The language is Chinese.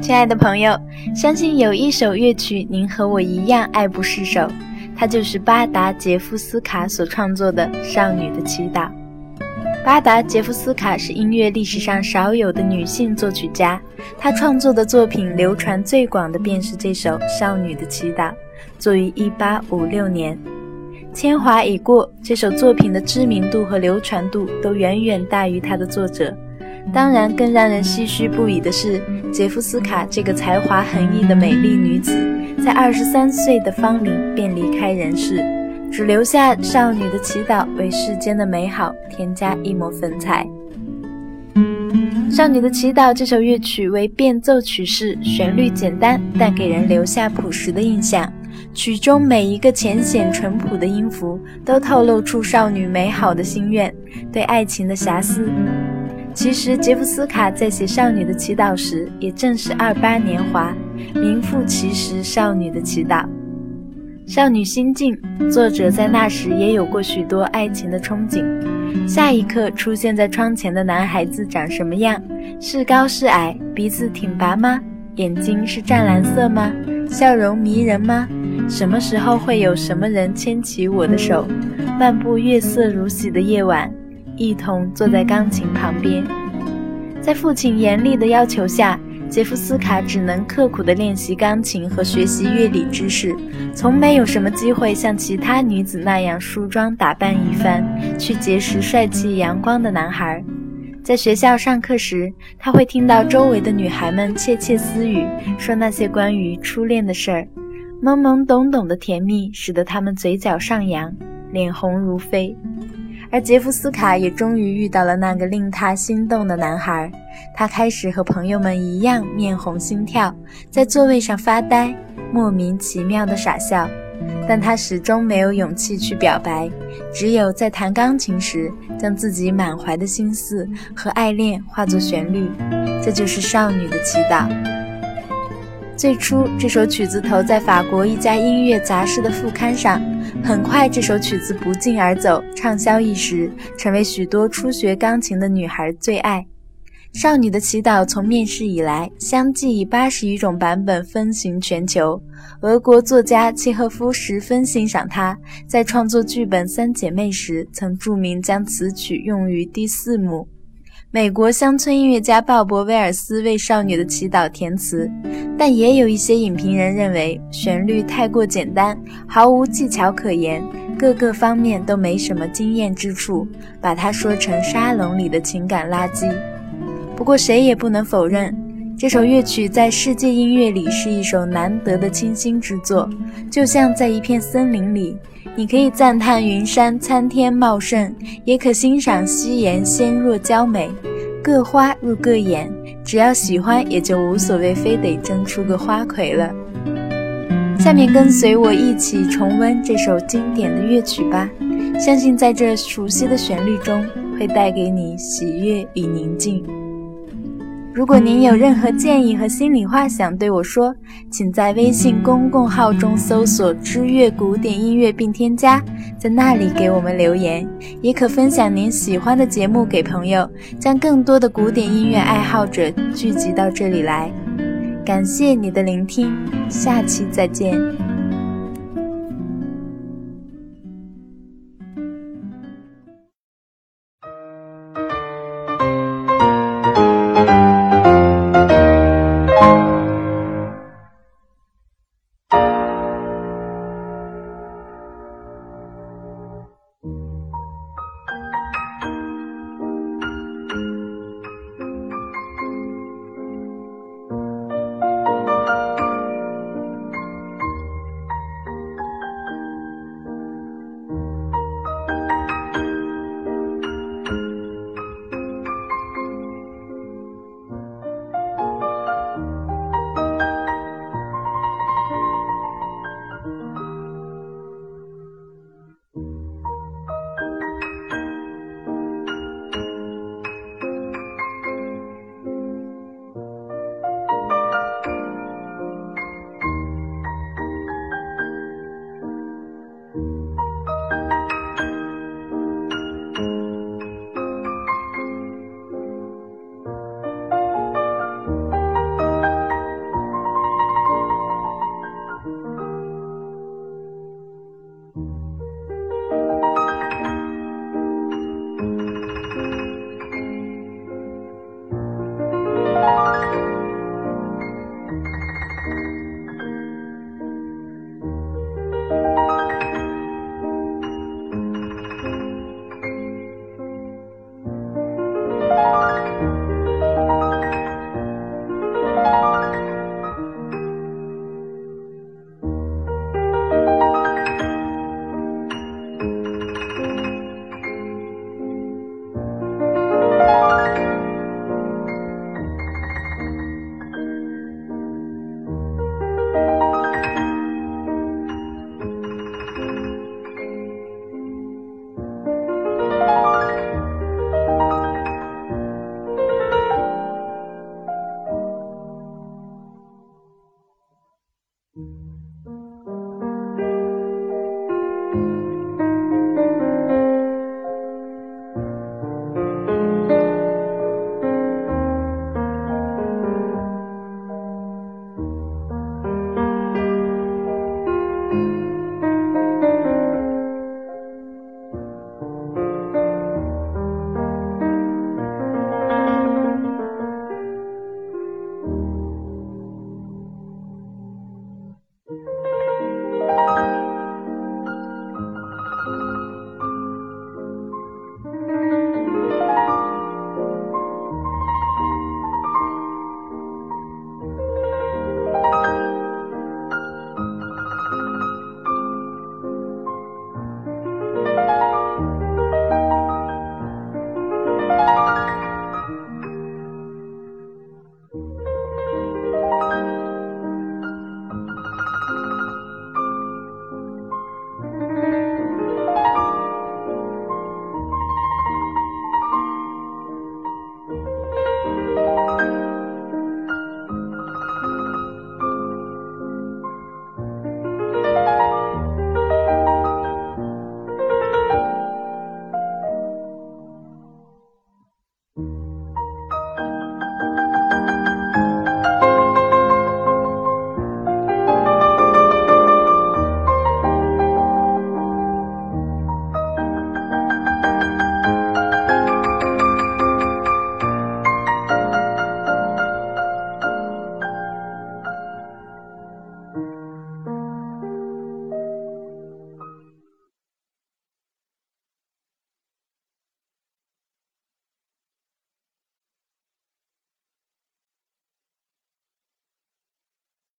亲爱的朋友，相信有一首乐曲您和我一样爱不释手，它就是巴达杰夫斯卡所创作的《少女的祈祷》。巴达杰夫斯卡是音乐历史上少有的女性作曲家，她创作的作品流传最广的便是这首《少女的祈祷》，作于1856年。千华已过，这首作品的知名度和流传度都远远大于它的作者。当然，更让人唏嘘不已的是，杰夫斯卡这个才华横溢的美丽女子，在23岁的芳龄便离开人世，只留下《少女的祈祷》为世间的美好添加一抹粉彩。《少女的祈祷》这首乐曲为变奏曲式，旋律简单，但给人留下朴实的印象。曲中每一个浅显淳朴的音符，都透露出少女美好的心愿，对爱情的遐思。其实杰夫斯卡在写《少女的祈祷》时，也正是28年华，名副其实少女的祈祷。少女心境，作者在那时也有过许多爱情的憧憬。下一刻出现在窗前的男孩子长什么样？是高是矮？鼻子挺拔吗？眼睛是湛蓝色吗？笑容迷人吗？什么时候会有什么人牵起我的手，漫步月色如洗的夜晚，一同坐在钢琴旁边？在父亲严厉的要求下，杰夫斯卡只能刻苦地练习钢琴和学习乐理知识，从没有什么机会像其他女子那样梳妆打扮一番，去结识帅气阳光的男孩。在学校上课时，他会听到周围的女孩们窃窃私语，说那些关于初恋的事儿，懵懵懂懂的甜蜜使得他们嘴角上扬，脸红如飞。而杰夫斯卡也终于遇到了那个令他心动的男孩，他开始和朋友们一样面红心跳，在座位上发呆，莫名其妙的傻笑，但他始终没有勇气去表白，只有在弹钢琴时，将自己满怀的心思和爱恋化作旋律，这就是少女的祈祷。最初这首曲子投在法国一家音乐杂志的副刊上，很快这首曲子不胫而走，畅销一时，成为许多初学钢琴的女孩最爱。少女的祈祷从面世以来，相继以80余种版本风行全球。俄国作家契诃夫十分欣赏它，在创作剧本《三姐妹》时，曾注明将此曲用于第4幕。美国乡村音乐家鲍勃·威尔斯为《少女的祈祷》填词，但也有一些影评人认为旋律太过简单，毫无技巧可言，各个方面都没什么惊艳之处，把它说成沙龙里的情感垃圾。不过谁也不能否认，这首乐曲在世界音乐里是一首难得的清新之作，就像在一片森林里，你可以赞叹云山参天茂盛，也可欣赏夕颜纤弱娇美，各花入各眼，只要喜欢也就无所谓非得争出个花魁了。下面跟随我一起重温这首经典的乐曲吧，相信在这熟悉的旋律中会带给你喜悦与宁静。如果您有任何建议和心里话想对我说，请在微信公共号中搜索知乐古典音乐并添加，在那里给我们留言，也可分享您喜欢的节目给朋友，将更多的古典音乐爱好者聚集到这里来。感谢你的聆听，下期再见。